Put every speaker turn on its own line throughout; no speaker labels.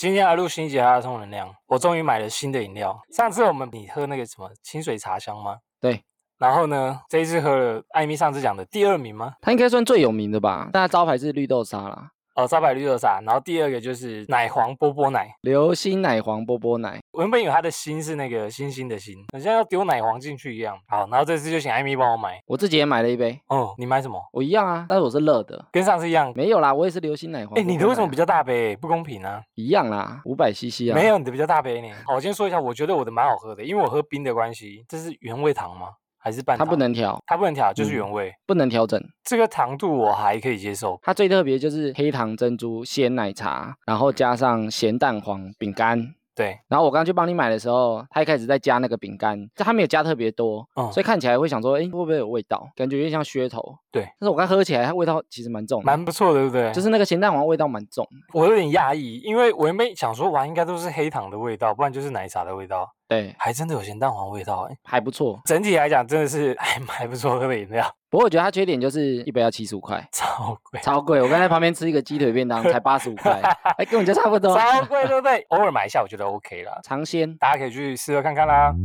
今天来录新一集哈拉充能量，我终于买了新的饮料。上次你喝那个什么清水茶香吗？
对。
然后呢，这一次喝了艾米上次讲的第2名吗？
它应该算最有名的吧，但它招牌是绿豆沙啦。
招牌绿豆沙，然后第2个就是奶黄波波奶，
流心奶黄波波奶。
我原本以为它的心是那个星星的心，好像要丢奶黄进去一样。好，然后这次就请艾米帮我买。
我自己也买了一杯。
你买什么？
我一样啊，但是我是热的，
跟上次一样。
没有啦，我也是流心奶黄。
你的为什么比较大杯？不公平啊！
一样啦，500cc 啊。
没有，你的比较大杯呢。好，我先说一下，我觉得我的蛮好喝的，因为我喝冰的关系。这是原味糖吗？还是半糖？
它不能调，
它不能调，就是原味，
不能调整。
这个糖度我还可以接受。
它最特别就是黑糖珍珠鲜奶茶，然后加上咸蛋黄饼干。
对，
然后我刚刚去帮你买的时候，他一开始在加那个饼干，它没有加特别多，所以看起来会想说，会不会有味道？感觉有点像噱头。
对，
但是我刚喝起来，它味道其实蛮重的，
蛮不错的，对不对？
就是那个咸蛋黄味道蛮重。
我有点讶异，因为我原本想说，哇，应该都是黑糖的味道，不然就是奶茶的味道。
对，
还真的有咸蛋黄味道，
还不错。
整体来讲，真的是还不错喝的饮料。
不过我觉得它缺点就是一杯要75块，
超贵，
超贵。我刚才旁边吃一个鸡腿便当才85块，根本就差不多。
超贵，对不对？偶尔买一下，我觉得 OK 啦。
尝鲜，
大家可以去试喝看看啦。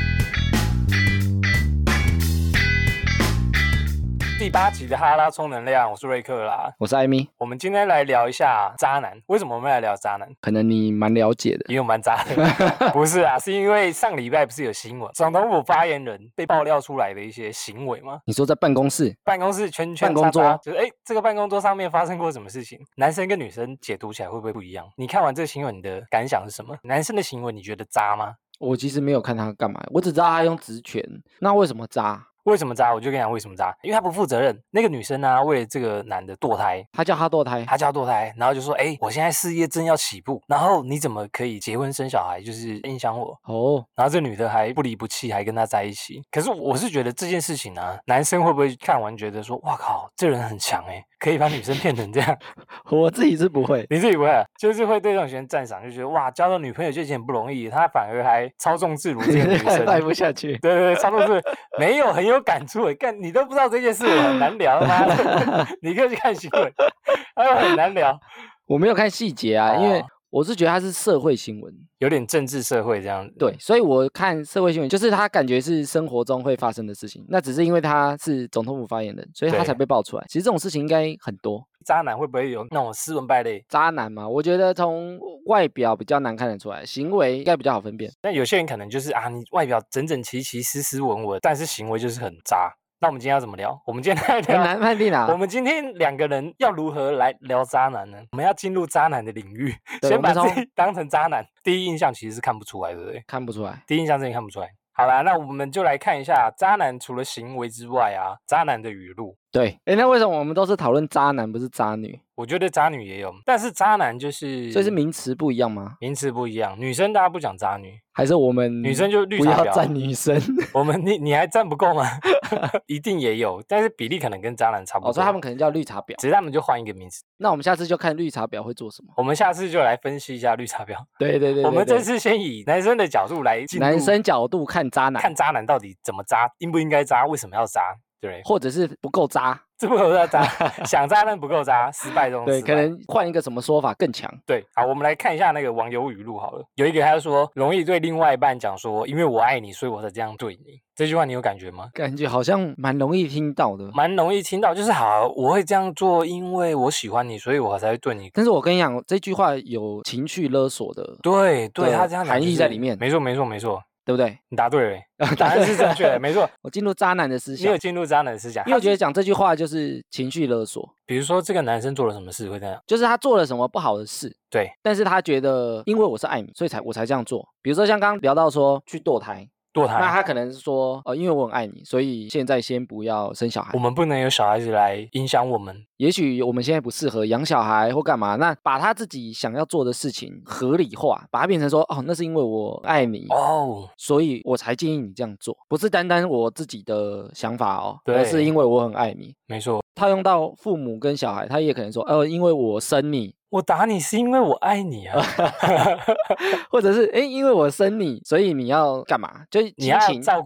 第8集的哈拉充能量，我是瑞克啦，
我是艾米。
我们今天来聊一下渣男。为什么我们来聊渣男？
可能你蛮了解的，
因为我蛮渣的。不是啊，是因为上礼拜不是有新闻，总统府发言人被爆料出来的一些行为吗？
你说在办公室
圈圈
办公桌，
就是这个办公桌上面发生过什么事情？男生跟女生解读起来会不会不一样？你看完这个新闻，你的感想是什么？男生的行为你觉得渣吗？
我其实没有看他干嘛，我只知道他用职权。那为什么渣？
为什么渣？我就跟你讲为什么渣，因为他不负责任。那个女生呢，为了这个男的堕胎，
他叫他堕胎，
然后就说，我现在事业正要起步，然后你怎么可以结婚生小孩，就是影响我然后这女的还不离不弃，还跟他在一起。可是我是觉得这件事情啊，男生会不会看完觉得说，哇靠，这人很强可以把女生骗成这样？
我自己是不会，
你自己不会，就是会对这种学生赞赏，就觉得哇，交到女朋友就已经很不容易，他反而还操纵自如这个女生，
带不下去。
对，操纵自如，没有很有感触干你都不知道这件事很难聊吗？你可以去看新闻，很难聊。
我没有看细节啊，因为我是觉得它是社会新闻，
有点政治社会这样子。
对，所以我看社会新闻，就是他感觉是生活中会发生的事情，那只是因为他是总统府发言人，所以他才被爆出来。其实这种事情应该很多。
渣男会不会有那种斯文败类？
渣男嘛，我觉得从外表比较难看得出来，行为应该比较好分辨。
那有些人可能就是你外表整整齐齐、斯斯文文，但是行为就是很渣。那我们今天要怎么聊？我们今天来聊
很难判定啊。
我们今天2个人要如何来聊渣男呢？我们要进入渣男的领域，先把自己当成渣男。第一印象其实是看不出来，对不对？
看不出来，
第一印象真的看不出来。好啦，那我们就来看一下渣男除了行为之外渣男的语录。
对，那为什么我们都是讨论渣男不是渣女？
我觉得渣女也有，但是渣男就是，
所以是名词不一样吗？
名词不一样，女生大家不讲渣女，
还是我们
女生就绿茶婊，
不要站女生。
我们你还站不够吗？一定也有，但是比例可能跟渣男差不多。
所以他们可能叫绿茶婊，
只是他们就换一个名字。
那我们下次就看绿茶婊会做什么。
我们下次就来分析一下绿茶婊。
对，
我们这次先以男生的角度来进入，
男生角度看渣男，
看渣男到底怎么渣，应不应该渣，为什么要渣，对，
或者是不够渣。
这不够渣，想渣但不够渣，失败中。
对，可能换一个什么说法更强。
对，好，我们来看一下那个网友语录好了。有一个他就说，容易对另外一半讲说，因为我爱你，所以我才这样对你。这句话你有感觉吗？
感觉好像蛮容易听到的，
蛮容易听到，就是好，我会这样做，因为我喜欢你，所以我才会对你。
但是我跟你讲，这句话有情绪勒索的，
对，他这样
含义在里面。
没错，对不对？你答对了，答案是正确的，没错。
我进入渣男的思想，
你有进入渣男的思想，
因为我觉得讲这句话就是情绪勒索。
比如说这个男生做了什么事会这样，
就是他做了什么不好的事，
对，
但是他觉得因为我是爱你，所以我才这样做。比如说像刚刚聊到说去堕胎，那他可能是说，因为我很爱你，所以现在先不要生小孩。
我们不能有小孩子来影响我们。
也许我们现在不适合养小孩或干嘛，那把他自己想要做的事情合理化，把它变成说，那是因为我爱你所以我才建议你这样做，不是单单我自己的想法而是因为我很爱你。
没错，
套用到父母跟小孩，他也可能说，因为我生你。
我打你是因为我爱你啊，
或者是因为我生你，所以你要干嘛？就
你要照顾我。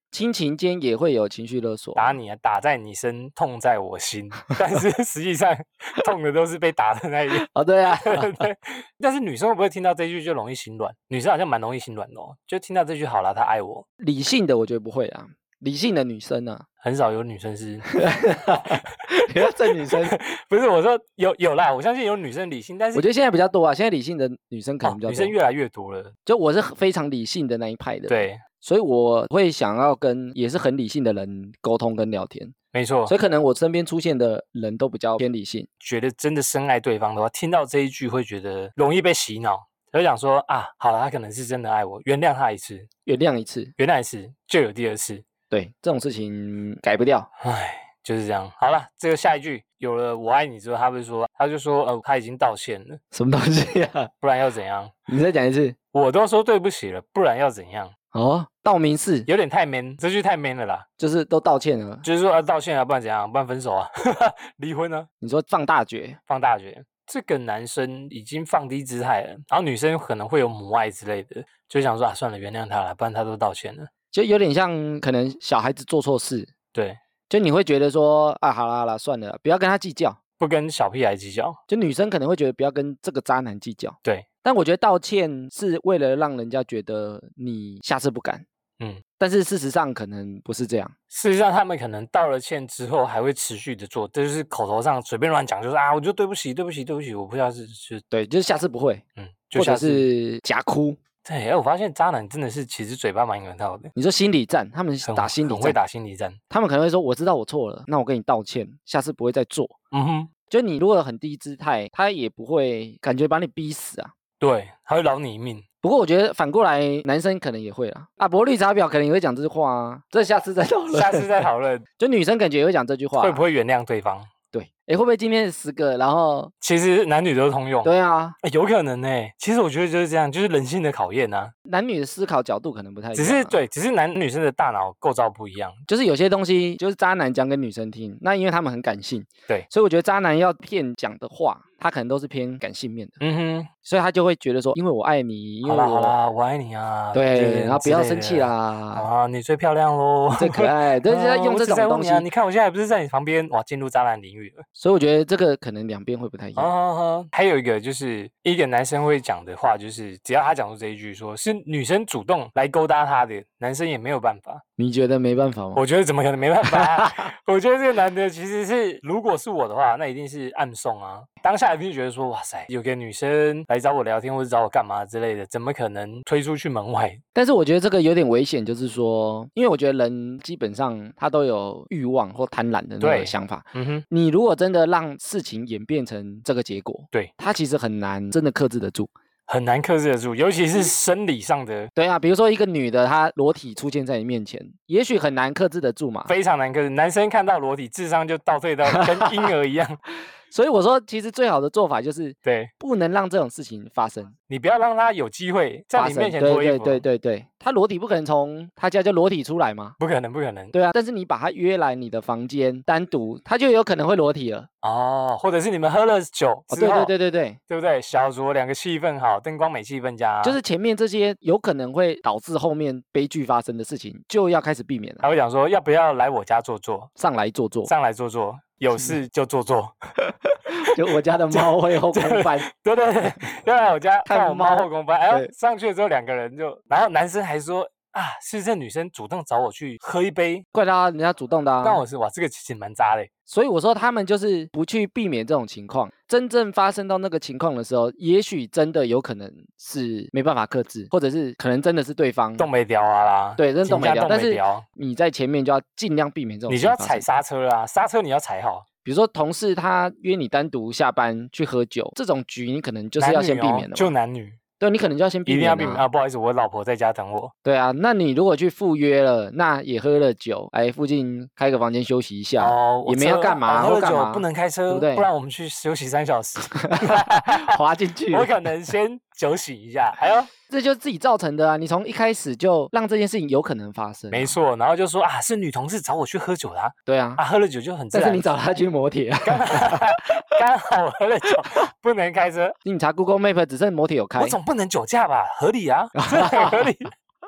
亲情间也会有情绪勒索，
打你啊，打在你身，痛在我心，但是实际上痛的都是被打的那一边。
哦，对啊，
对。但是女生会不会听到这句就容易心软？女生好像蛮容易心软的哦，就听到这句好了，他爱我。
理性的我觉得不会啊，理性的女生啊，
很少有女生是。
不要正女生，
不是我说有啦，我相信有女生理性，但是
我觉得现在比较多啊，现在理性的女生可能比较多，
女生越来越多了。
就我是非常理性的那一派的，
对，
所以我会想要跟也是很理性的人沟通跟聊天。
没错，
所以可能我身边出现的人都比较偏理性。
觉得真的深爱对方的话，听到这一句会觉得容易被洗脑，就想说啊，好了，他可能是真的爱我，原谅他一次，
原谅一次，
原谅一次就有第二次。
对，这种事情改不掉。
唉，就是这样。好了，这个下一句有了我爱你之后，他就说他已经道歉了。
什么东西啊？
不然要怎样？
你再讲一次。
我都说对不起了，不然要怎样？
哦，道明寺
有点太 man， 这句太 man 了啦。
就是都道歉了，
就是说道歉啊，不然怎样？不然分手啊，离婚啊。
你说放大决，
放大决。这个男生已经放低姿态了，然后女生可能会有母爱之类的，就想说啊，算了，原谅他了，不然他都道歉了。
就有点像可能小孩子做错事，
对，
就你会觉得说啊，好啦好啦，算了，不要跟他计较，
不跟小屁孩计较。
就女生可能会觉得不要跟这个渣男计较。
对，
但我觉得道歉是为了让人家觉得你下次不敢。但是事实上可能不是这样。
事实上，他们可能道了歉之后还会持续的做，这就是口头上随便乱讲，就是啊，我就对不起，对不起，对不起，我不知道是
对，就是下次不会，或者是假哭。
对，我发现渣男真的是其实嘴巴蛮有道的。
你说心理战，他们打心理战，
很会打心理战。
他们可能会说，我知道我错了，那我跟你道歉，下次不会再做。就你如果很低姿态，他也不会感觉把你逼死啊。
对，他会饶你一命。
不过我觉得反过来，男生可能也会啦。啊，博绿茶婊可能也会讲这句话啊。这下次再讨论。
下次再讨论。
就女生感觉也会讲这句话，
会不会原谅对方？
对，会不会今天10个，然后
其实男女都通用。
对啊，
有可能呢。其实我觉得就是这样，就是人性的考验啊。
男女的思考角度可能不太一样，
只是男女生的大脑构造不一样。
就是有些东西就是渣男讲给女生听，那因为他们很感性，
对，
所以我觉得渣男要骗讲的话，他可能都是偏感性面的。所以他就会觉得说，因为我爱你，因为
好啦，我爱你啊。
对，然后不要生气啦。
啊，你最漂亮咯，
最可爱，对，在用这种东西。
你看我现在还不是在你旁边，哇，进入渣男领域了。
所以我觉得这个可能两边会不太一样。
还有一个就是一个男生会讲的话，就是只要他讲出这一句，说是女生主动来勾搭他的，男生也没有办法。
你觉得没办法吗？
我觉得怎么可能没办法？我觉得这个男的其实是，如果是我的话，那一定是暗送啊。当下一定觉得说，哇塞，有个女生来找我聊天或者找我干嘛之类的，怎么可能推出去门外？
但是我觉得这个有点危险，就是说，因为我觉得人基本上他都有欲望或贪婪的那个想法。你如果真的让事情演变成这个结果，
对，
他其实很难真的克制得住。
很难克制得住，尤其是生理上的。
对啊，比如说一个女的，她裸体出现在你面前，也许很难克制得住嘛。
非常难克制，男生看到裸体，智商就倒退到跟婴儿一样。
所以我说，其实最好的做法就是
对，
不能让这种事情发生。
你不要让他有机会在你面前脱衣服。
对，他裸体不可能从他家就裸体出来嘛？
不可能，不可能。
对啊，但是你把他约来你的房间单独，他就有可能会裸体了。
哦，或者是你们喝了酒之后，
对，
对不对？小酌两个气氛好，灯光美，气氛佳，
就是前面这些有可能会导致后面悲剧发生的事情，就要开始避免了。
他会讲说，要不要来我家坐坐？
上来坐坐，
上来坐坐，有事就坐坐。
就我家的猫会后空翻，
对，要来我家看我猫后空翻。哎呦，上去了之后两个人就，然后男生还说啊，是这女生主动找我去喝一杯，
怪他人家主动的啊。
但我是哇，这个其实蛮渣的。
所以我说他们就是不去避免这种情况，真正发生到那个情况的时候，也许真的有可能是没办法克制，或者是可能真的是对方
动没掉啊啦，
对，真的动没掉。但是你在前面就要尽量避免这种，
你就要踩刹车啊，刹车你要踩好。
比如说同事他约你单独下班去喝酒，这种局你可能就是要先避免的，
就男女。
对，你可能就要先避免，
一定要避免啊！不好意思，我老婆在家等我。对
啊，那你如果去赴约了，那也喝了酒，哎，附近开个房间休息一下，也没要干嘛，
喝了酒不能开车，对不对？不然我们去休息3小时，
滑进去。
我可能先酒醒一下，哎呦，
这就是自己造成的啊！你从一开始就让这件事情有可能发生，
没错。然后就说啊，是女同事找我去喝酒的，
对啊，
喝了酒就很自然。
但是你找她去摩铁，
刚好喝了酒不能开车。
你查 Google Map 只剩摩铁有开，
我总不能酒驾吧？合理啊，这很合理。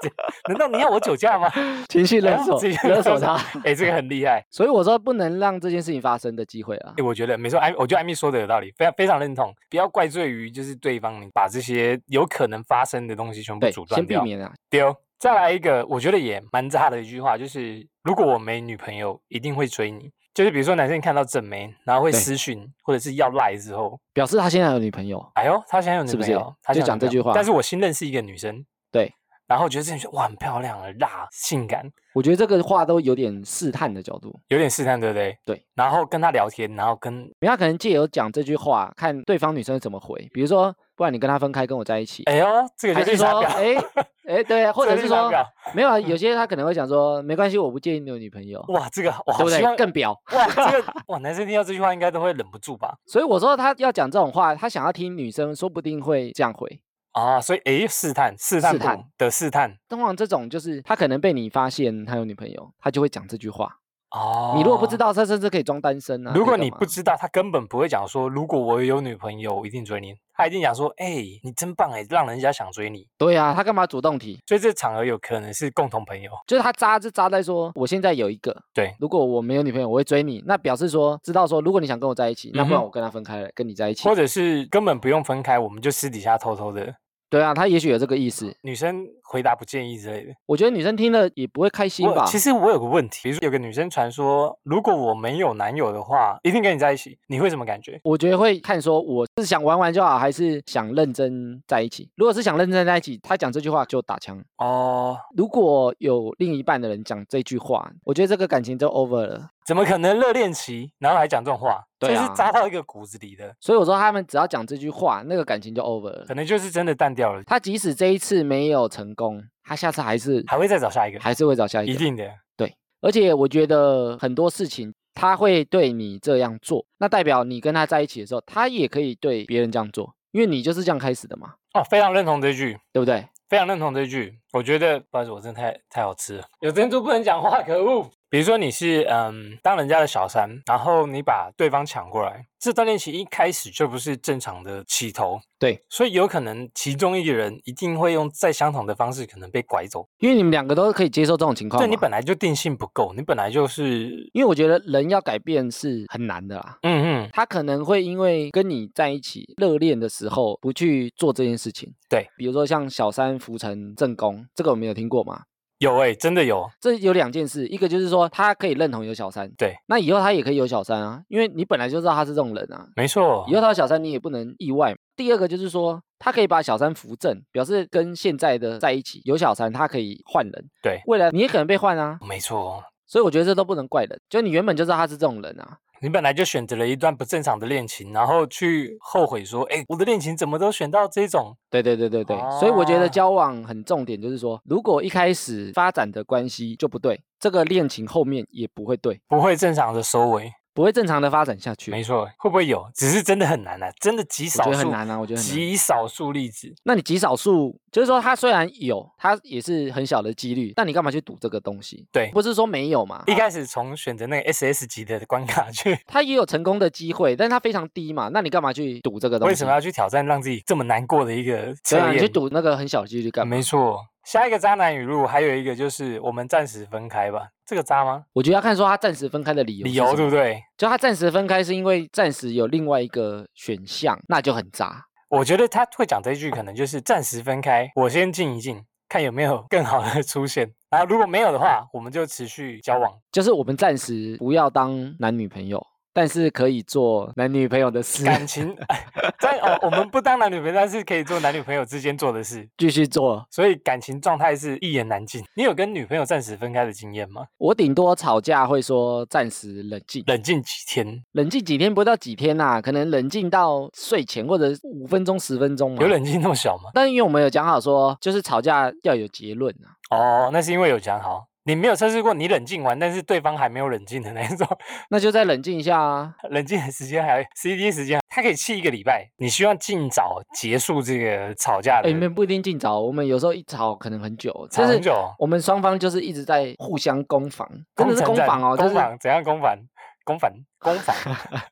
难道你要我酒驾吗？
情绪勒索，勒索他。
这个很厉害。
所以我说不能让这件事情发生的机会啊。
我觉得没错，我觉得艾米说的有道理，非常认同。不要怪罪于就是对方，你把这些有可能发生的东西全部阻断掉，
先避免啊。
对哦。再来一个，我觉得也蛮渣的一句话，就是如果我没女朋友，一定会追你。就是比如说男生看到正妹，然后会私讯或者是要赖之后，
表示他现在有女朋友。
哎呦，他现在有女朋友，
是不是？他就讲这句话。
但是我新认识一个女生，
对，
然后觉得这女生哇很漂亮，辣，性感。
我觉得这个话都有点试探的角度，
有点试探，对不对？
对。
然后跟他聊天，然后
他可能借由讲这句话，看对方女生怎么回。比如说，不然你跟他分开，跟我在一起。
哎呦，这个就是说，
对，或者是说没有啊，有些他可能会讲说，没关系，我不介意你有女朋友。
哇，这个哇，
对不对？更表
哇，这个哇，男生听到这句话应该都会忍不住吧？
所以我说他要讲这种话，他想要听女生，说不定会这样回。
所以试探的试探，
通常这种就是他可能被你发现他有女朋友，他就会讲这句话。你如果不知道，他甚至可以装单身啊。
如果你不知道，他根本不会讲说，如果我有女朋友，我一定追你。他一定讲说，你真棒让人家想追你。
对啊，他干嘛主动提？
所以这场合有可能是共同朋友，
就是他渣在说，我现在有一个。
对，
如果我没有女朋友，我会追你。那表示说，知道说，如果你想跟我在一起，那不然我跟他分开了，跟你在一起。
或者是根本不用分开，我们就私底下偷偷的。
对啊，他也许有这个意思。
女生回答不建议之类的，
我觉得女生听了也不会开心吧。
其实我有个问题，比如说有个女生传说，如果我没有男友的话，一定跟你在一起，你会什么感觉？
我觉得会看说我是想玩玩就好，还是想认真在一起。如果是想认真在一起，他讲这句话就打枪哦。如果有另一半的人讲这句话，我觉得这个感情就 over 了。
怎么可能热恋期然后还讲这种话？
对啊，
这是扎到一个骨子里的。
所以我说他们只要讲这句话，那个感情就 over 了，
可能就是真的淡掉了。
他即使这一次没有成功，他下次还会
再找下一个，
还是会找下一个，
一定的。
对，而且我觉得很多事情他会对你这样做，那代表你跟他在一起的时候，他也可以对别人这样做，因为你就是这样开始的嘛。
非常认同这句，
对不对？
非常认同这句。我觉得，不好意思，我真的太好吃了，有珍珠不能讲话，可恶。比如说你是当人家的小三，然后你把对方抢过来，这段恋情一开始就不是正常的起头，
对，
所以有可能其中一个人一定会用再相同的方式可能被拐走，
因为你们两个都可以接受这种情况。
对，你本来就定性不够，你本来就是，
因为我觉得人要改变是很难的啦。他可能会因为跟你在一起热恋的时候不去做这件事情，
对，
比如说像小三扶成正宫，这个我们有听过吗？
有真的有。
这有两件事，一个就是说他可以认同有小三，
对，
那以后他也可以有小三啊，因为你本来就知道他是这种人啊，
没错，
以后他有小三你也不能意外。第二个就是说他可以把小三扶正，表示跟现在的在一起有小三，他可以换人，
对，
未来你也可能被换啊，
没错。
所以我觉得这都不能怪人，就你原本就知道他是这种人啊。
你本来就选择了一段不正常的恋情，然后去后悔说，我的恋情怎么都选到这种？
对，所以我觉得交往很重点就是说，如果一开始发展的关系就不对，这个恋情后面也不会对，
不会正常的收尾，
不会正常的发展下去。
没错，会不会有？只是真的很难啊，真的极少数，
我觉得很难啊，我觉得很难。
极少数例子。
那你极少数，就是说他虽然有，他也是很小的几率，那你干嘛去赌这个东西？
对，
不是说没有嘛？
一开始从选择那个 SS 级的关卡去，
他也有成功的机会，但是他非常低嘛，那你干嘛去赌这个东西？
为什么要去挑战让自己这么难过的一个测验？
你去赌那个很小的几率干嘛？
没错。下一个渣男语录还有一个就是我们暂时分开吧，这个渣吗？
我觉得要看说他暂时分开的理由
对不对？
就他暂时分开是因为暂时有另外一个选项，那就很渣。
我觉得他会讲这句可能就是暂时分开，我先静一静，看有没有更好的出现，然后如果没有的话，我们就持续交往，
就是我们暂时不要当男女朋友，但是可以做男女朋友的事，
感情我们不当男女朋友，但是可以做男女朋友之间做的事，
继续做。
所以感情状态是一言难尽。你有跟女朋友暂时分开的经验吗？
我顶多吵架会说暂时冷静，
冷静几天？
冷静几天不到几天啊，可能冷静到睡前或者5分钟10分钟嘛。
有冷静那么小吗？
但因为我们有讲好说，就是吵架要有结论
啊。那是因为有讲好。你没有测试过你冷静完，但是对方还没有冷静的那种，
那就再冷静一下啊。
冷静的时间还有 CD 时间，他可以气1个礼拜。你希望尽早结束这个吵架的？
你们不一定尽早，我们有时候一吵可能很久，
吵很久。
我们双方就是一直在互相攻防，真的是攻防哦。
攻防怎样攻防？攻防。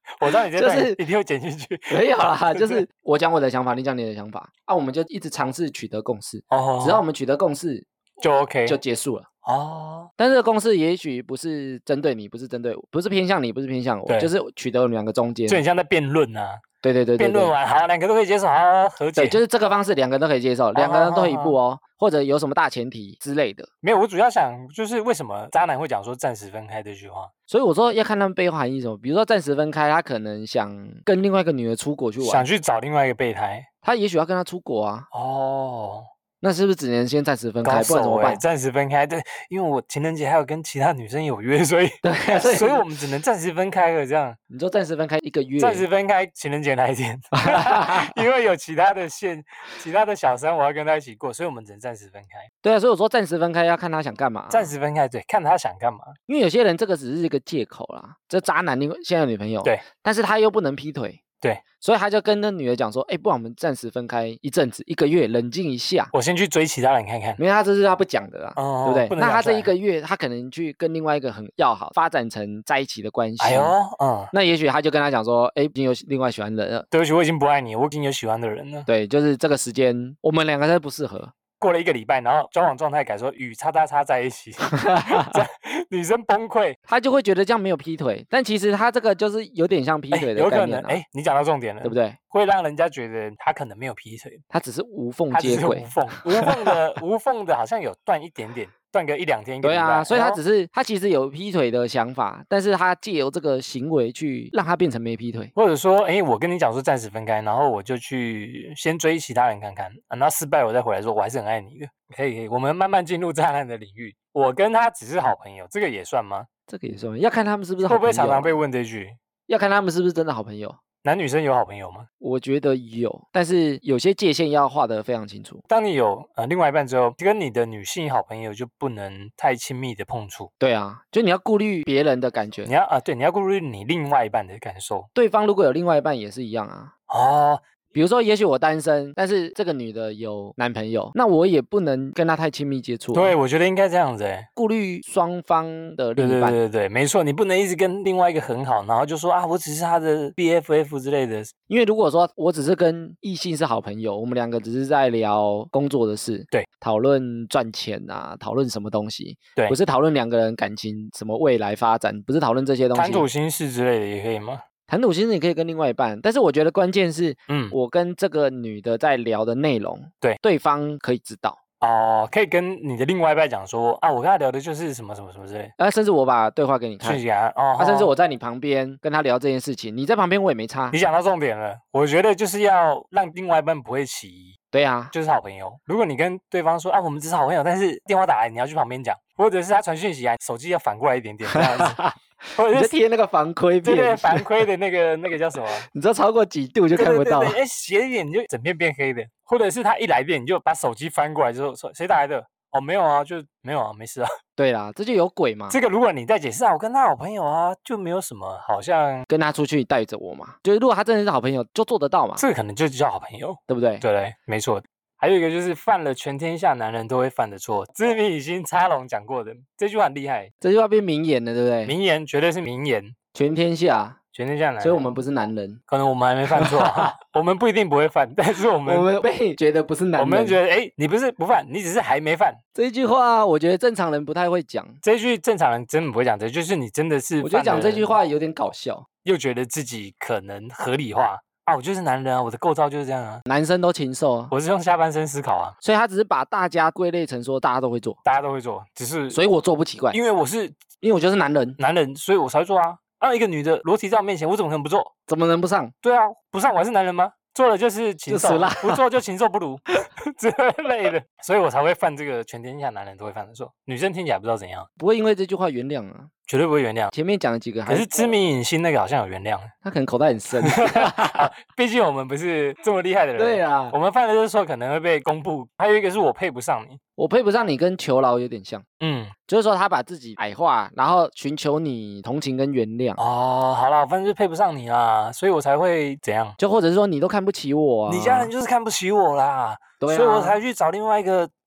我知道你这段
就是
一定会剪进去。
没有啦，就是我讲我的想法，你讲你的想法啊，我们就一直尝试取得共识。只要我们取得共识，
就 OK，
就结束了。但这个共识也许不是针对你，不是针对我，不是偏向你，不是偏向我，就是取得我们两个中间。
就很像在辩论啊。
对，
辩论完好，两个都可以接受，好和解。
对，就是这个方式，两个人都可以接受，两个人都退一步哦，或者有什么大前提之类的。
没有，我主要想就是为什么渣男会讲说暂时分开这句话。
所以我说要看他们背后含义什么。比如说暂时分开，他可能想跟另外一个女的出国去玩，
想去找另外一个备胎，
他也许要跟他出国啊。那是不是只能先暂时分开？不然怎么办？
暂时分开，对，因为我情人节还有跟其他女生有约，所以对，所以我们只能暂时分开了。这样，
你说暂时分开1个月？
暂时分开情人节那一天，因为有其他的小三我要跟他一起过，所以我们只能暂时分开。
对啊，所以我说暂时分开要看他想干嘛。
暂时分开，对，看他想干嘛。
因为有些人这个只是一个借口啦，这渣男现在有女朋友，
对，
但是他又不能劈腿。
对，
所以他就跟那女的讲说，不然我们暂时分开一阵子，1个月，冷静一下。
我先去追其他人看看。
因为他这是他不讲的啦，对不对？那他这1个月，他可能去跟另外一个很要好，发展成在一起的关系。那也许他就跟他讲说，已经有另外喜欢的人了。
对不起，我已经不爱你，我已经有喜欢的人了。
对，就是这个时间，我们两个都不适合。
过了1个礼拜，然后交往状态改说与叉在一起，女生崩溃，
她就会觉得这样没有劈腿，但其实她这个就是有点像劈腿的概念。
有可能，你讲到重点了，
对不对？
会让人家觉得他可能没有劈腿，
他只是无缝接轨，
无缝的，好像有断一点点。断个1、2天，
对啊，所以他其实有劈腿的想法，但是他借由这个行为去让他变成没劈腿，
或者说，我跟你讲说暂时分开，然后我就去先追其他人看看，然后失败我再回来说我还是很爱你的，可以，我们慢慢进入渣男的领域。我跟他只是好朋友，这个也算吗？
这个也算，要看他们是不是好朋友。
会不会常常被问这句？
要看他们是不是真的好朋友。
男女生有好朋友吗？
我觉得有，但是有些界限要画得非常清楚。
当你有另外一半之后，跟你的女性好朋友就不能太亲密的碰触。
对啊，就你要顾虑别人的感觉。
你要顾虑你另外一半的感受。
对方如果有另外一半也是一样啊。比如说，也许我单身，但是这个女的有男朋友，那我也不能跟她太亲密接触。
对，我觉得应该这样子
顾虑双方的另一半。
对，没错，你不能一直跟另外一个很好，然后就说我只是他的 BFF 之类的。
因为如果说我只是跟异性是好朋友，我们两个只是在聊工作的事，
对，
讨论赚钱啊，讨论什么东西，
对，
不是讨论两个人感情什么未来发展，不是讨论这些东西。
谈吐心事之类的也可以吗？
谈吐心事你可以跟另外一半，但是我觉得关键是，我跟这个女的在聊的内容，对方可以知道。
可以跟你的另外一半讲说我跟他聊的就是什么什么什么之类，
甚至我把对话给你看，
讯息啊，
甚至我在你旁边跟他聊这件事情，你在旁边我也没差。
你讲到重点了，我觉得就是要让另外一半不会起疑。
对啊，
就是好朋友。如果你跟对方说我们只是好朋友，但是电话打来你要去旁边讲，或者是他传讯息手机要反过来一点点这样子。
或者是贴那个防窥片，
对，防窥的那个叫什么？
你知道超过几度就看不到。
斜一点你就整片变黑的，或者是他一来电你就把手机翻过来之后说谁打来的？没有啊，就没有啊，没事啊。
对啦，这就有鬼嘛。
这个如果你再解释我跟他好朋友啊，就没有什么，好像
跟他出去带着我嘛。就是如果他真的是好朋友，就做得到嘛。
这个可能就叫好朋友，
对不对？
对，没错。还有一个就是犯了全天下男人都会犯的错，知名影星插龙讲过的这句话很厉害，
这句话变名言了，对不对？
名言绝对是名言，
全天下
男人，
所以我们不是男人，
可能我们还没犯错，我们不一定不会犯，但是我们
被觉得不是男人，
我们觉得你不是不犯，你只是还没犯。
这一句话我觉得正常人不太会讲，
这句正常人真的不会讲，这就是你真的是，
我觉得讲这句话有点搞笑，
又觉得自己可能合理化。我就是男人啊，我的构造就是这样啊，
男生都禽兽啊，
我是用下半身思考啊，
所以他只是把大家归类成说大家都会做，
只是
所以我做不奇怪，
因为我就是男人，所以我才会做啊。一个女的裸体在我面前，我怎么可能不做？
怎么能不上？
对啊，不上我还是男人吗？做了就是禽兽，不做就禽兽不如之类的，所以我才会犯这个全天下男人都会犯的错。女生听起来不知道怎样，
不会因为这句话原谅啊，
绝对不会原谅。前
面讲的几个，
可是知名影星那个好像有原谅，
他可能口袋很深，
毕竟我们不是这么厉害的人。
对啊，
我们犯的这错可能会被公布。还有一个是我配不上你，
我配不上你跟囚牢有点像，就是说他把自己矮化，然后寻求你同情跟原谅。
好啦，反正就配不上你啦，所以我才会怎样？
就或者是说你都看不起我啊，
你家人就是看不起我啦，对啊，所以我才去找另外一个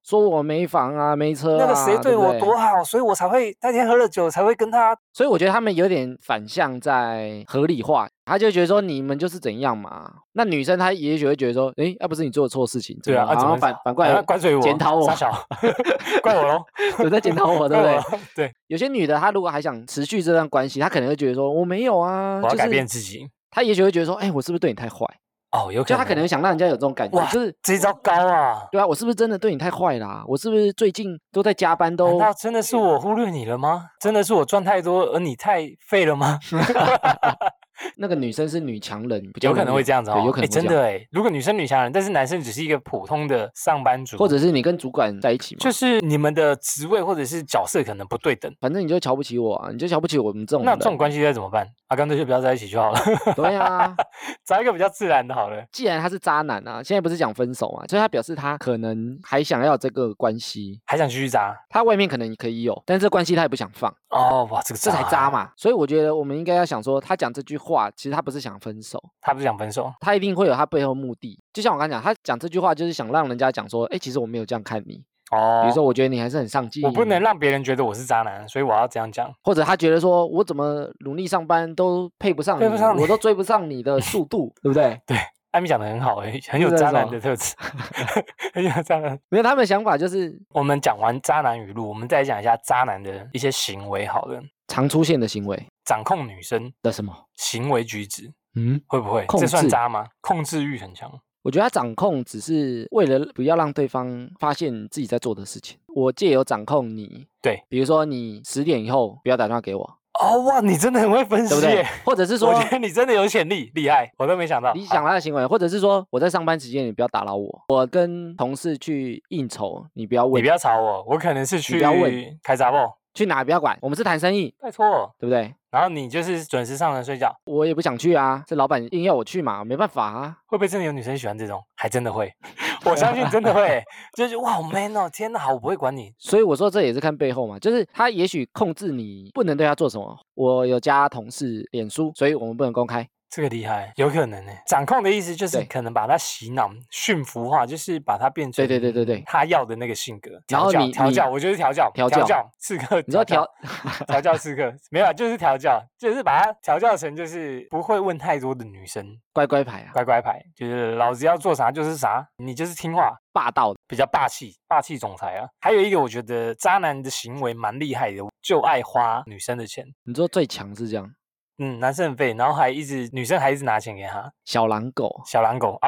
说我没房啊，没车啊，
那个谁对我多
好，
所以我才会那天喝了酒才会跟他。
所以我觉得他们有点反向在合理化，他就觉得说你们就是怎样嘛。那女生她也许会觉得说，诶，要不是你做错事情，
对啊，
然后反过来
怪罪我，
检讨我，
怪我咯，
有在检讨我，对不对？
对。
有些女的她如果还想持续这段关系，她可能会觉得说我没有啊，
我要改变自己。
她也许会觉得说，哎，我是不是对你太坏？
哦，有可能，
就他可能想让人家有这种感觉，就是
这一招高啊！
对啊，我是不是真的对你太坏啦？我是不是最近都在加班都？
难道真的是我忽略你了吗？真的是我赚太多而你太废了吗？
那个女生是女强人，
有可能会这样子哦。
有可能
真的哎，如果女生女强人，但是男生只是一个普通的上班族，
或者是你跟主管在一起嘛，
就是你们的职位或者是角色可能不对等，
反正你就瞧不起我啊，你就瞧不起我们这种人。
那这种关系该怎么办？干脆就不要在一起就好了。
对啊，
找一个比较自然的好了。
既然他是渣男啊，现在不是讲分手嘛，所以他表示他可能还想要这个关系，
还想继续渣。
他外面可能可以有，但是这关系他也不想放。
哦，哇，这
才渣嘛。所以我觉得我们应该要想说，他讲这句话，其实他不是想分手，
他不是想分手，
他一定会有他背后目的。就像我刚讲，他讲这句话就是想让人家讲说，哎，其实我没有这样看你。哦，比如说，我觉得你还是很上进，
我不能让别人觉得我是渣男，所以我要这样讲。
或者他觉得说我怎么努力上班都配不上你，我都追不上你的速度，对不对？
对，艾米讲的很好，很有渣男的特质，很有渣男。
没有，他们的想法就是，
我们讲完渣男语录，我们再讲一下渣男的一些行为好了，
常出现的行为，
掌控女生
的什么
行为举止，会不会这算渣吗？控制欲很强。
我觉得他掌控只是为了不要让对方发现自己在做的事情。我借由掌控你，
对，
比如说你10点以后不要打电话给我。
哦哇，你真的很会分析，对不对？
或者是说，
我觉得你真的有潜力，厉害，我都没想到。
你想他的行为，或者是说我在上班时间你不要打扰我，我跟同事去应酬你不要问，
你不要吵我，我可能是去开杂报。
去哪不要管，我们是谈生意，
拜托，
对不对？
然后你就是准时上床睡觉，
我也不想去啊，是老板硬要我去嘛，没办法啊。
会不会真的有女生喜欢这种？还真的会，我相信真的会，就是哇，好 man 哦，天哪，好，我不会管你。
所以我说这也是看背后嘛，就是他也许控制你不能对他做什么。我有加同事脸书，所以我们不能公开。
这个厉害，有可能呢。掌控的意思就是可能把他洗脑、驯服化，就是把他变成对他要的那个性格。
然后
调教，我就是调教刺客。
你说调
教刺客没有，就是调教，就是把他调教成就是不会问太多的女生，
乖乖牌啊，
乖乖牌，就是老子要做啥就是啥，你就是听话，
霸道，
比较霸气总裁啊。还有一个我觉得渣男的行为蛮厉害的，就爱花女生的钱。
你说最强是这样？
男生很废，然后女生还一直拿钱给他，
小狼狗
啊，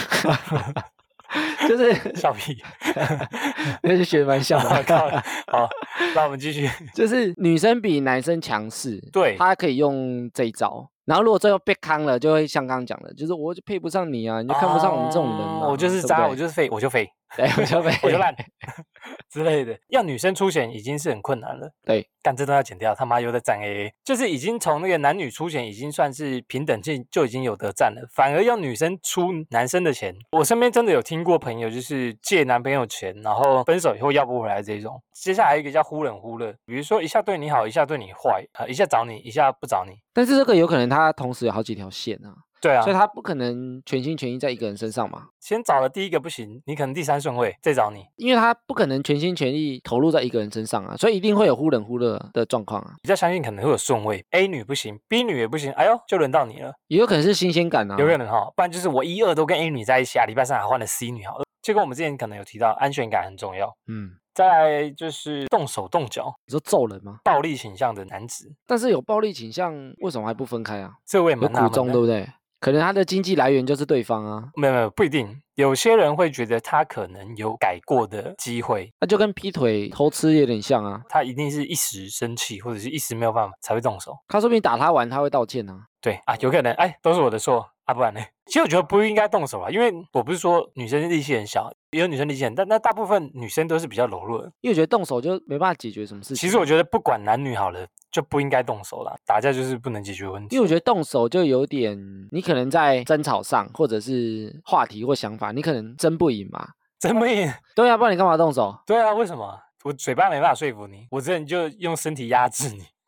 就是
笑屁，
那就学蛮像的。
好，那我们继续，
就是女生比男生强势，
对，
她可以用这一招。然后如果最后被坑了，就会像刚刚讲的，就是我就配不上你啊，你就看不上我们这种人啊，
我就是渣，我就是废，我就废，
对，我就废，
我就烂之类的。要女生出钱已经是很困难了，
对，
干这都要剪掉，他妈又在占 AA，就是已经从那个男女出钱已经算是平等就已经有得占了，反而要女生出男生的钱。我身边真的有听过朋友就是借男朋友钱，然后分手以后要不回来这种。接下来一个叫忽冷忽热，比如说一下对你好，一下对你坏，一下找你，一下不找你。
但是这个有可能他同时有好几条线啊。
对啊，
所以他不可能全心全意在一个人身上嘛。
先找了第一个不行，你可能第3顺位再找你，
因为他不可能全心全意投入在一个人身上啊，所以一定会有忽冷忽热的状况啊。
比较相信可能会有顺位 ，A 女不行 ，B 女也不行，哎呦，就轮到你了。
也有可能是新鲜感啊，
有可能哈，不然就是我1、2都跟 A 女在一起啊，礼拜3还换了 C 女好了。结果我们之前可能有提到安全感很重要，再来就是动手动脚，
你说揍人吗？
暴力倾向的男子，
但是有暴力倾向，为什么还不分开啊？
这位蛮
苦衷，对不对？可能他的经济来源就是对方啊，
没有不一定，有些人会觉得他可能有改过的机会，
那就跟劈腿偷吃有点像啊，
他一定是一时生气或者是一时没有办法才会动手，
他说不定打他完他会道歉啊，
对啊，有可能，哎，都是我的错啊，不然呢？其实我觉得不应该动手啊，因为我不是说女生力气很小，也有女生力气很大，但大部分女生都是比较柔弱的，
因为我觉得动手就没办法解决什么事情。
其实我觉得不管男女好了，就不应该动手啦，打架就是不能解决问题。
因为我觉得动手就有点，你可能在争吵上，或者是话题或想法，你可能争不赢嘛。
争不赢？
对啊，不然你干嘛动手？
对啊，为什么？我嘴巴没办法说服你，我只能就用身体压制你。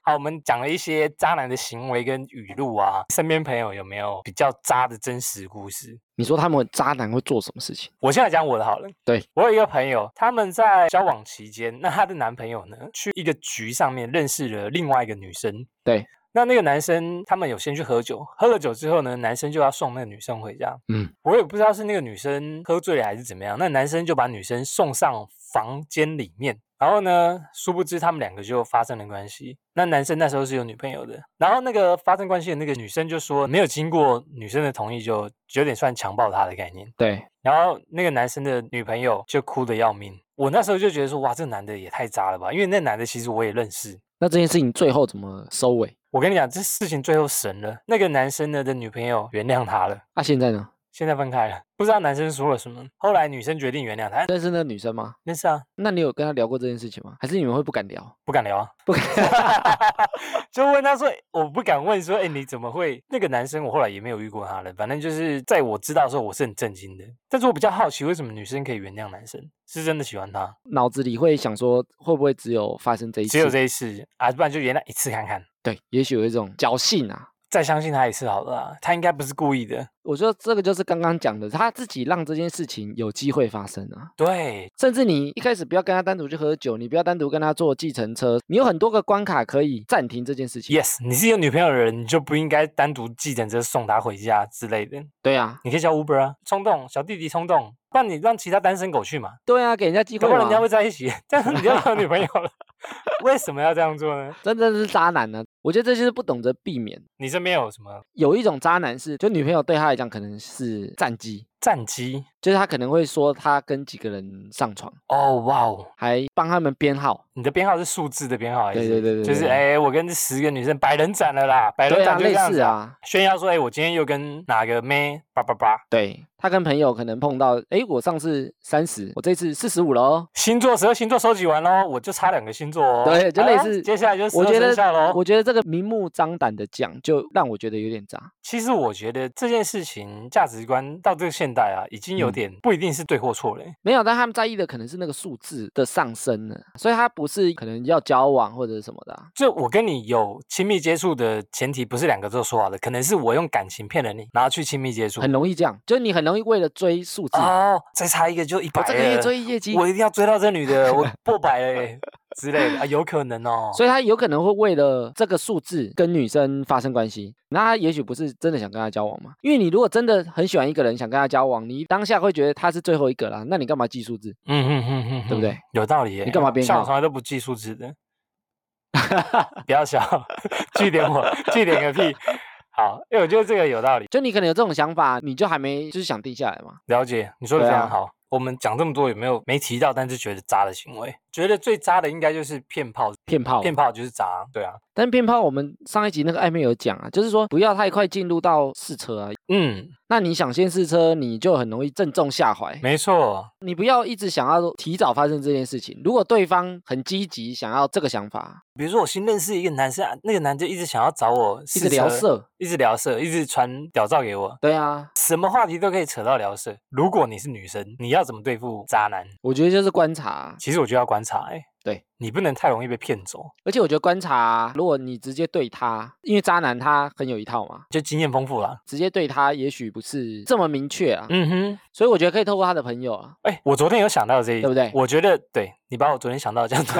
好，我们讲了一些渣男的行为跟语录啊，身边朋友有没有比较渣的真实故事？
你说他们渣男会做什么事情？
我现在讲我的好了。
对，
我有一个朋友，他们在交往期间，那她的男朋友呢，去一个局上面认识了另外一个女生。
对，
那个男生他们有先去喝酒，喝了酒之后呢，男生就要送那个女生回家。我也不知道是那个女生喝醉了还是怎么样，那男生就把女生送上房间里面。然后呢，殊不知他们两个就发生了关系。那男生那时候是有女朋友的，然后那个发生关系的那个女生就说，没有经过女生的同意，就有点算强暴她的概念。
对，
然后那个男生的女朋友就哭得要命。我那时候就觉得说，哇，这男的也太渣了吧，因为那男的其实我也认识。
那这件事情最后怎么收尾？
我跟你讲，这事情最后神了。那个男生呢的女朋友原谅他了。
那现在呢？
现在分开了，不知道男生说了什么。后来女生决定原谅他。
认识那个女生吗？
认识啊。
那你有跟他聊过这件事情吗？还是你们会不敢聊？
不敢聊啊，
不敢。
就问他说，我不敢问说，你怎么会？那个男生我后来也没有遇过他了。反正就是在我知道的时候，我是很震惊的。但是我比较好奇，为什么女生可以原谅男生？是真的喜欢他？
脑子里会想说，会不会只有发生这一次？
只有这一次啊，不然就原谅一次看看。
对，也许有一种侥幸啊。
再相信他一次好了啊，他应该不是故意的。
我觉得这个就是刚刚讲的，他自己让这件事情有机会发生啊。
对，
甚至你一开始不要跟他单独去喝酒，你不要单独跟他坐计程车，你有很多个关卡可以暂停这件事情。
Yes， 你是有女朋友的人，你就不应该单独计程车送她回家之类的。
对啊，
你可以叫 Uber 啊，冲动小弟弟冲动，不然你让其他单身狗去嘛。
对啊，给人家机会嘛，
搞不好人家会在一起，这样你就有女朋友了。为什么要这样做呢？
真的是渣男呢。我觉得这就是不懂得避免。
你身边有什么？
有一种渣男是，就女朋友对他来讲可能是战机。
战机
就是他可能会说他跟几个人上床
哦，哇哦，
还帮他们编号。
你的编号是数字的编号还是？
对，
就是我跟10个女生百人斩了啦，百人斩就这样子
啊，
炫耀说我今天又跟哪个妹叭叭叭。
对，他跟朋友可能碰到，我上次30，我这次45了哦。
星座12星座收集完咯，我就差2个星座哦。
对，就类似，
接下来就12生肖咯。
我觉得这个明目张胆的讲，就让我觉得有点渣。
其实我觉得这件事情价值观到这个现代啊，已经有点不一定是对或错了。
没有，但他们在意的可能是那个数字的上升了，所以他不是可能要交往或者什么的啊。
就我跟你有亲密接触的前提，不是2个都说好的，可能是我用感情骗了你，然后去亲密接触，
很容易这样，就是你很容易为了追数字
哦，再差一个就100了，
这个月追业绩，
我一定要追到这女的，我破百了之类的啊，有可能哦。
所以他有可能会为了这个数字跟女生发生关系，那他也许不是真的想跟他交往嘛？因为你如果真的很喜欢一个人，想跟他交往，你当下会觉得他是最后一个啦，那你干嘛记数字？对不对？
有道理耶。
你干嘛编号？
像我从来都不记数字的。不要笑，据点我，据点个屁。好，因为我觉得这个有道理。
就你可能有这种想法，你就还没就是想定下来嘛。
了解，你说的非常好。我们讲这么多，有没有没提到但是觉得渣的行为？觉得最渣的应该就是骗炮。骗炮就是渣，对啊。
但骗炮我们上一集那个暧昧有讲啊，就是说不要太快进入到试车啊。那你想先试车，你就很容易正中下怀。
没错，
你不要一直想要提早发生这件事情。如果对方很积极想要这个想法，
比如说我新认识一个男生，那个男生一直想要找我试车，
一直聊色，
一直传屌照给我。
对啊，
什么话题都可以扯到聊色。如果你是女生，你要怎么对付渣男？
我觉得就是观察。
其实我就要观察，
对，
你不能太容易被骗走。
而且我觉得观察，如果你直接对他，因为渣男他很有一套嘛，
就经验丰富啦，
直接对他也许不是这么明确啊。所以我觉得可以透过他的朋友啊。
我昨天有想到这一，
对不对？
我觉得对你把我昨天想到这样子。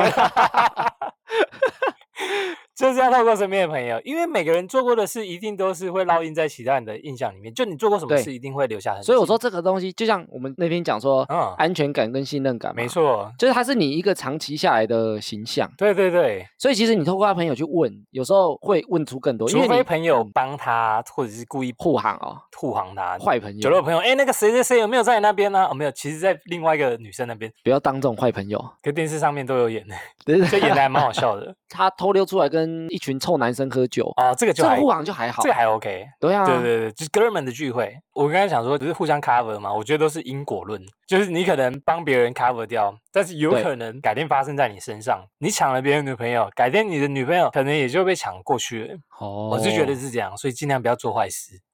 就是要透过身边的朋友，因为每个人做过的事一定都是会烙印在其他人的印象里面。就你做过什么事，一定会留下痕迹。
所以我说这个东西，就像我们那天讲说，安全感跟信任感嘛，
没错，
就是它是你一个长期下来的形象。
对对对。
所以其实你透过他朋友去问，有时候会问出更多。
除非朋友帮他，或者是故意
护航哦，
护航他。
坏朋友，
酒肉朋友，那个谁谁谁有没有在你那边呢？哦，没有，其实在另外一个女生那边。
不要当这种坏朋友，
跟电视上面都有演的，就演的还蛮好笑的。
他偷溜出来跟一群臭男生喝酒
啊，这个
护航就还好，
这个还 OK。
对啊，
对，就是哥们的聚会。我刚才想说，不是互相 cover 嘛？我觉得都是因果论，就是你可能帮别人 cover 掉，但是有可能改天发生在你身上。你抢了别人女朋友，改天你的女朋友可能也就被抢过去了。我是觉得是这样，所以尽量不要做坏事。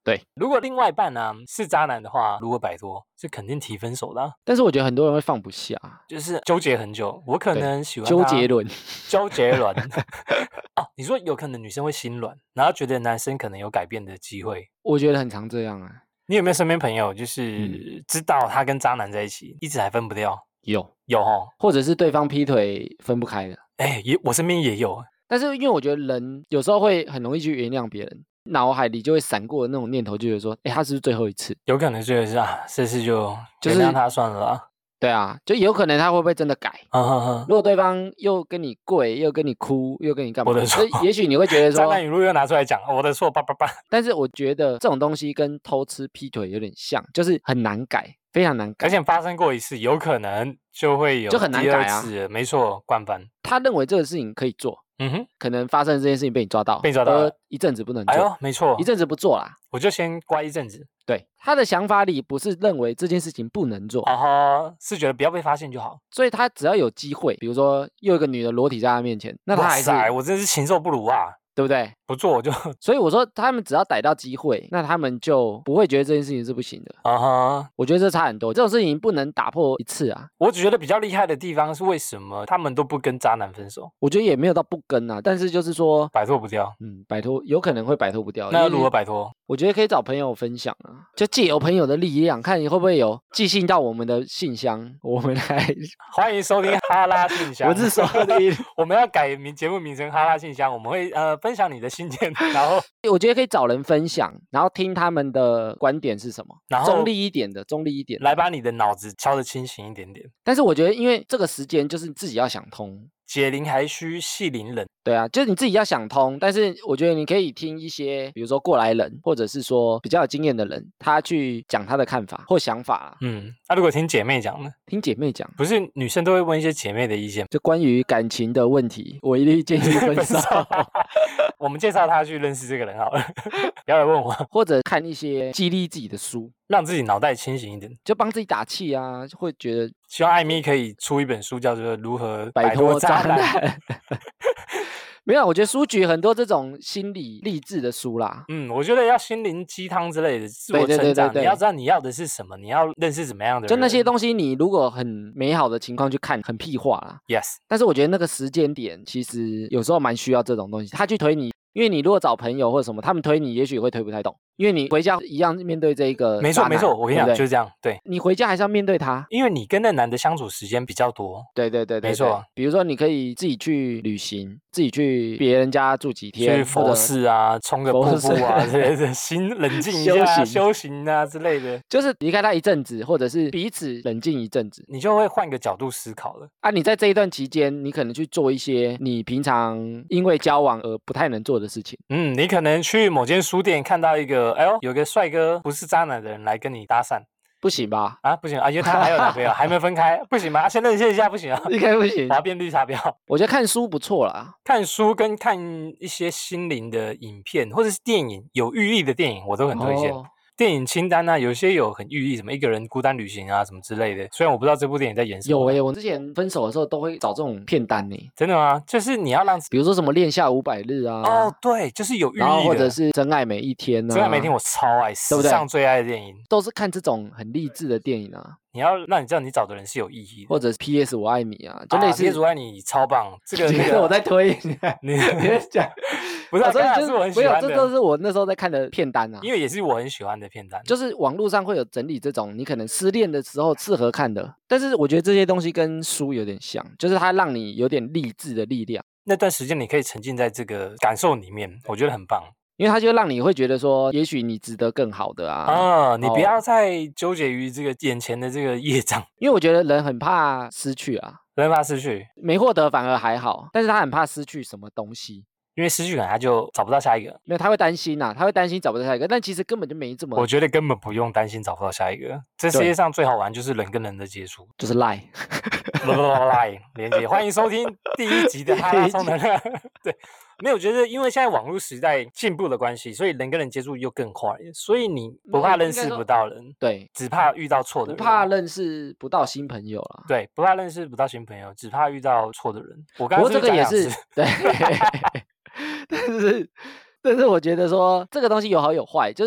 对，
如果另外一半呢是渣男的话，如果摆脱是肯定提分手的
但是我觉得很多人会放不下，
就是纠结很久。我可能喜欢
周杰伦，
周杰伦哦，你说有可能女生会心软，然后觉得男生可能有改变的机会。
我觉得很常这样啊。
你有没有身边朋友就是知道他跟渣男在一起，一直还分不掉？有哦，
或者是对方劈腿分不开的。
我身边也有。
但是因为我觉得人有时候会很容易去原谅别人，脑海里就会闪过那种念头，就觉得说，他是不是最后一次？
有可能觉得是这次就原谅他算了啦。
对啊，就有可能他会不会真的改？如果对方又跟你跪，又跟你哭，又跟你干嘛？
我的错。
也许你会觉得说，
渣男语录又拿出来讲，我的错，叭叭叭。
但是我觉得这种东西跟偷吃、劈腿有点像，就是很难改，非常难改。
而且发生过一次，有可能就会有
就很难改啊。
没错，惯犯。
他认为这个事情可以做，可能发生这件事情被你抓到，一阵子不能做，
没错，
一阵子不做啦，
我就先乖一阵子。
对，他的想法里不是认为这件事情不能做，
是觉得不要被发现就好。
所以他只要有机会，比如说又有一个女的裸体在他面前，那他还是，
我真是禽兽不如啊，
对不对？
不做我就，
所以我说他们只要逮到机会，那他们就不会觉得这件事情是不行的。我觉得这差很多，这种事情不能打破一次啊。
我只觉得比较厉害的地方是为什么他们都不跟渣男分手？
我觉得也没有到不跟啊，但是就是说
摆脱不掉。
摆脱有可能会摆脱不掉。
那要如何摆脱？
我觉得可以找朋友分享啊，就借由朋友的力量，看你会不会有寄信到我们的信箱，我们来
欢迎收听哈拉信箱。
我是说的，
我们要改节目名称哈拉信箱，我们会分享你的信件，然后
我觉得可以找人分享，然后听他们的观点是什么，
然后
中立一点的，
来把你的脑子敲得清醒一点点。
但是我觉得，因为这个时间就是自己要想通。
解铃还须系铃人，
对啊，就是你自己要想通。但是我觉得你可以听一些，比如说过来人，或者是说比较有经验的人，他去讲他的看法或想法。
那如果听姐妹讲呢？听
姐妹讲，
不是女生都会问一些姐妹的意见，
就关于感情的问题，我一律建议分手。
我们介绍他去认识这个人好了，不要来问我。
或者看一些激励自己的书，
让自己脑袋清醒一点，
就帮自己打气啊，会觉得
希望艾米可以出一本书，叫做《如何
摆脱渣男》。
男。
没有，我觉得书局很多这种心理励志的书啦。
我觉得要心灵鸡汤之类的，自我成长。你要知道你要的是什么，你要认识怎么样的人。
就那些东西，你如果很美好的情况去看，很屁话啦。
Yes。
但是我觉得那个时间点，其实有时候蛮需要这种东西，他去推你。因为你如果找朋友或者什么，他们推你，也许会推不太动。因为你回家一样面对这一个，
没错，我跟你讲就是这样。对，
你回家还是要面对他，
因为你跟那男的相处时间比较多。
对，没错。比如说你可以自己去旅行，自己去别人家住几天，
去佛寺啊，冲个瀑布啊之類的，心冷静一下，修行啊之类的。
就是离开他一阵子，或者是彼此冷静一阵子，
你就会换个角度思考了
啊。你在这一段期间，你可能去做一些你平常因为交往而不太能做的事情。
你可能去某间书店看到一个，有个帅哥不是渣男的人来跟你搭讪，
不行吧？
不行啊，因为他还有男朋友，还没分开，不行吗？先认识一下，不行啊，
应该不行。
滑变绿茶婊。
我觉得看书不错啦，
看书跟看一些心灵的影片或者是电影，有寓意的电影我都很推荐。电影清单啊，有些有很寓意，什么一个人孤单旅行啊，什么之类的。虽然我不知道这部电影在演什么。
有我之前分手的时候都会找这种片单呢。
真的吗？就是你要让，
比如说什么恋夏500日啊。
对，就是有寓意的。
然后或者是真爱每一天啊。
真爱每一天我超爱，史上最爱的电影。
都是看这种很励志的电影啊。
你要让你知道你找的人是有意义的，
或者是 PS 我爱你啊，就类似
PS 我爱你超棒，这
个我在推
你
讲，
不是，就是我很喜欢的，
这都是我那时候在看的片单啊，
因为也是我很喜欢的片单，
就是网络上会有整理这种你可能失恋的时候适合看的，但是我觉得这些东西跟书有点像，就是它让你有点励志的力量，
那段时间你可以沉浸在这个感受里面，我觉得很棒。
因为它就让你会觉得说，也许你值得更好的啊。
你不要再纠结于这个眼前的这个业障。
因为我觉得人很怕失去啊，
人怕失去，
没获得反而还好，但是他很怕失去什么东西。
因为失去感他就找不到下一个，
因为他会担心啊，他会担心找不到下一个，但其实根本就没这么。
我觉得根本不用担心找不到下一个，这世界上最好玩就是人跟人的接触，
就是赖
连接。欢迎收听第1集的哈拉充能量。对，没有觉得，因为现在网络时代进步的关系，所以人跟人接触又更快，所以你不怕认识不到人，
对，
只怕遇到错的人，
不怕认识不到新朋友啦。
对，不怕认识不到新朋友，只怕遇到错的人。我刚
刚这个也是对。但是我觉得说这个东西有好有坏，就是说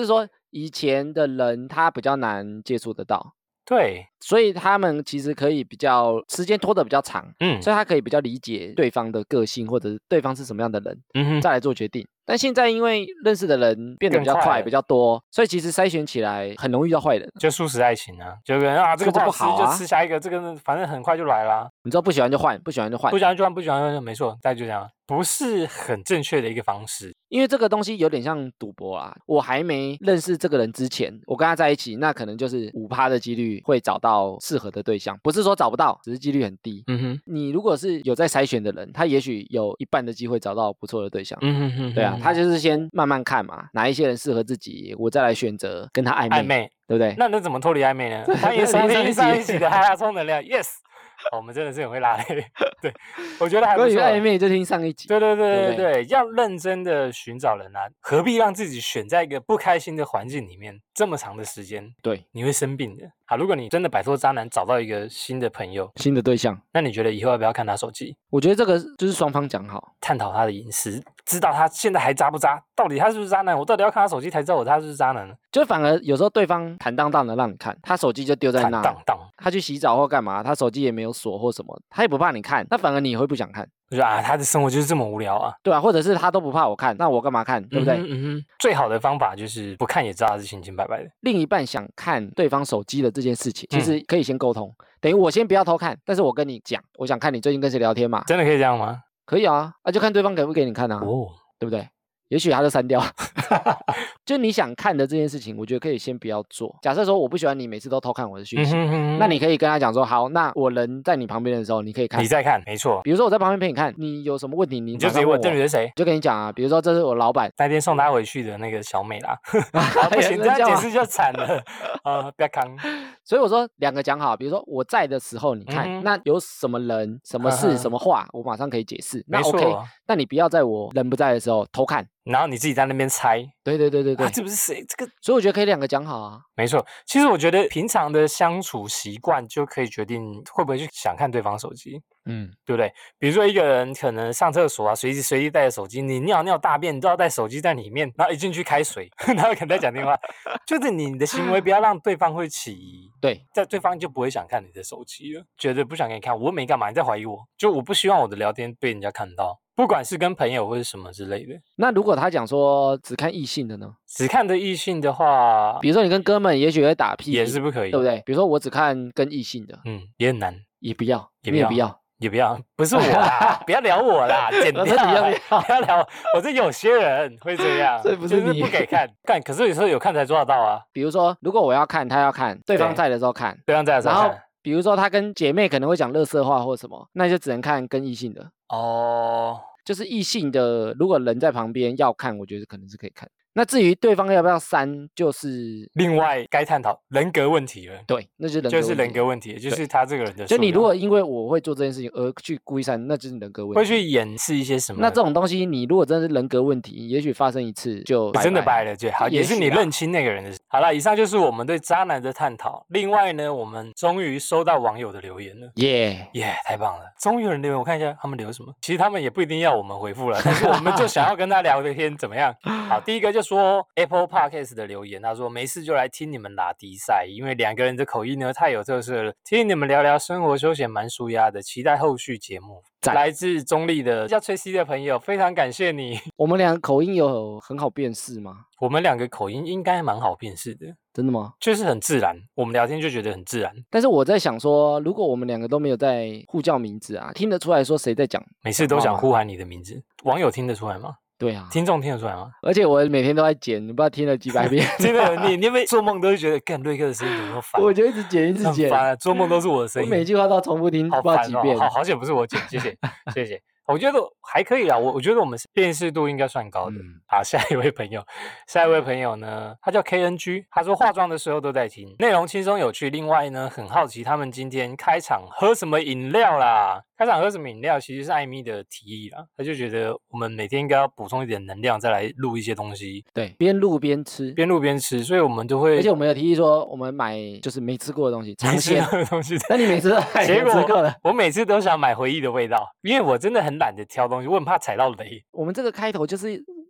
以前的人他比较难接触得到。
对，
所以他们其实可以比较时间拖得比较长，所以他可以比较理解对方的个性或者对方是什么样的人，再来做决定。但现在因为认识的人变得比较快比较多，所以其实筛选起来很容易遇到坏人，
就速食爱情啊，就跟这个不好吃就吃下一个，这个反正很快就来啦。
你知道不喜欢就换，不喜欢就换，
不喜欢就换，不喜欢就没错，大概就这样，不是很正确的一个方式。
因为这个东西有点像赌博啦，我还没认识这个人之前，我跟他在一起，那可能就是5%的几率会找到适合的对象，不是说找不到，只是几率很低。你如果是有在筛选的人，他也许有1半的机会找到不错的对象。对啊，他就是先慢慢看嘛，哪一些人适合自己，我再来选择跟他暧昧，对不对？
那怎么脱离暧昧呢？欢迎收听上一集的哈哈充能量 ，yes。我们真的是很会拉黑，对，我觉得还不错。
关于暧昧就听上一集。
对，要认真的寻找人啊，何必让自己选在一个不开心的环境里面这么长的时间？
对，
你会生病的。好，如果你真的摆脱渣男，找到一个新的朋友、
新的对象，
那你觉得以后要不要看他手机？
我觉得这个就是双方讲好，
探讨他的隐私，知道他现在还渣不渣，到底他是不是渣男？我到底要看他手机才知道他是不是渣男呢？
就反而有时候对方坦荡荡的让你看，他手机就丢在那，他去洗澡或干嘛，他手机也没有锁或什么，他也不怕你看，那反而你也会不想看。
我觉得他的生活就是这么无聊啊。
对啊，或者是他都不怕我看，那我干嘛看，对不对？
最好的方法就是不看也知道他是清清白白的。
另一半想看对方手机的这件事情，其实可以先沟通，等于我先不要偷看，但是我跟你讲，我想看你最近跟谁聊天嘛。
真的可以这样吗？
可以啊，就看对方给不给你看啊，对不对？也许他就删掉，就你想看的这件事情，我觉得可以先不要做。假设说我不喜欢你每次都偷看我的讯息，那你可以跟他讲说，好，那我人在你旁边的时候，你可以看，
你再看，没错。
比如说我在旁边陪你看，你有什么问题，你
就直接问这女的谁，
就跟你讲啊。比如说这是我老板
那天送他回去的那个小美啦，不行，这样解释就惨了不要扛。
所以我说2个讲好，比如说我在的时候你看，那有什么人、什么事、什么话，我马上可以解释。那 OK， 那你不要在我人不在的时候偷看。
然后你自己在那边猜，
对，
这不是谁？这个，
所以我觉得可以2个讲好啊。
没错，其实我觉得平常的相处习惯就可以决定会不会去想看对方手机，对不对？比如说一个人可能上厕所啊，随时随地带着手机，你尿尿大便你都要带手机在里面，然后一进去开水，然后可能在讲电话，就是你的行为不要让对方会起疑，
对，
在对方就不会想看你的手机了，觉得不想给你看，我没干嘛，你在怀疑我，就我不希望我的聊天被人家看到。不管是跟朋友或是什么之类的。
那如果他讲说只看异性的呢？
只看的异性的话，
比如说你跟哥们也许会打屁，
也是不可以，
对不对？比如说我只看跟异性的，
也很难，
也不要，
也
不要，
也不要，不是我啦，不要聊我啦，剪掉，不要聊我。这有些人会这样，
这不是
你不给看，可是有时候有看才抓得到啊。
比如说，如果我要看，他要看，对方在的时候看，
对方在的时候看。然后
比如说他跟姐妹可能会讲垃圾话或什么，那就只能看跟异性的哦。就是异性的，如果人在旁边要看，我觉得可能是可以看。那至于对方要不要删，就是
另外该探讨人格问题了。
对，那
就是人格问题，就是他这个人的。
就你如果因为我会做这件事情而去故意删，那就是人格问题。
会去掩饰一些什么？
那这种东西，你如果真的是人格问题，也许发生一次就
真的掰了，就好，也是你认清那个人的事。好了，以上就是我们对渣男的探讨。另外呢，我们终于收到网友的留言了，耶，太棒了！终于有人留言，我看一下他们留什么。其实他们也不一定要我们回复了，但是我们就想要跟他聊个天，怎么样？好，第一个就说 Apple Podcast 的留言，他说没事就来听你们拉迪赛，因为2个人的口音呢太有特色了，听你们聊聊生活休闲蛮舒压的，期待后续节目。来自中立的叫崔西的朋友，非常感谢你。
我们2个口音有很好辨识吗？
我们2个口音应该蛮好辨识的。
真的吗？
就是很自然，我们聊天就觉得很自然。
但是我在想说，如果我们2个都没有在互叫名字啊，听得出来说谁在讲？
每次都想呼喊你的名字，网友听得出来吗？
对啊，
听众听得出来吗？
而且我每天都在剪，你不知道听了几百遍。
真的，你有没有做梦都会觉得，干瑞克的声音怎么那么烦？
我就一直剪，一直剪，
很烦，做梦都是我的声音，
我每句话都要重复听，不知道几遍。
好险不是我剪，谢谢，谢谢。我觉得还可以啦，我觉得我们辨识度应该算高的。好，下一位朋友呢，他叫 KNG， 他说化妆的时候都在听，内容轻松有趣。另外呢，很好奇他们今天开场喝什么饮料啦？开场喝什么饮料其实是艾米的提议啦，他就觉得我们每天应该要补充一点能量，再来录一些东西。
对，边录边吃，
所以我们都会，
而且我们有提议说，我们买就是没吃过的东西，
没吃过的东西。
那你每次都
结果我每次都想买回忆的味道，因为我真的很懒得挑东西，我很怕踩到雷。
我们这个开头就是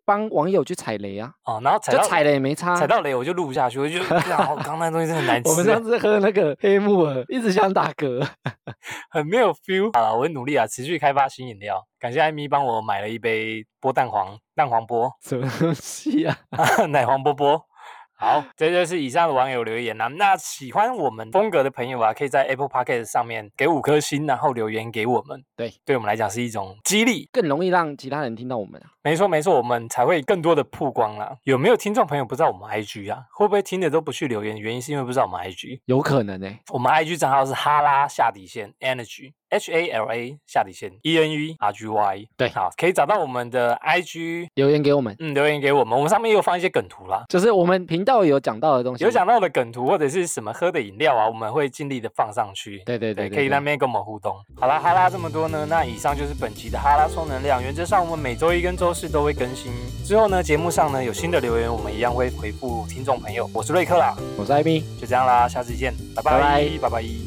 帮网友去踩雷啊。
然后
就踩雷也没差，
踩到雷我就录下去，我就刚那东西真的很难吃。
我们上次喝那个黑木耳，一直想打嗝，
很没有 feel。好了，我会努力啊，持续开发新饮料。感谢艾米帮我买了一杯波蛋黄波，
什么东西啊？
奶黄波波。好，这就是以上的网友留言啦。那喜欢我们风格的朋友啊，可以在 Apple Podcast 上面给5颗星，然后留言给我们。对我们来讲是一种激励，
更容易让其他人听到我们啊。
没错，我们才会更多的曝光啦。有没有听众朋友不知道我们 IG 啊？会不会听的都不去留言？原因是因为不知道我们 IG。
有可能
我们 IG 账号是哈拉_energy HALA ENERGY。
对，
好，可以找到我们的 IG
留言给我们。
留言给我们，我们上面也有放一些梗图啦，
就是我们频道有讲到的东西，
有讲到的梗图或者是什么喝的饮料啊，我们会尽力的放上去。
对，
可以在那边跟我们互动。好啦，哈拉这么多呢，那以上就是本期的哈拉充能量。原则上我们每周1跟周4都会更新。之后呢，节目上呢有新的留言，我们一样会回复听众朋友。我是瑞克啦，
我是艾米，
就这样啦，下次见，拜拜。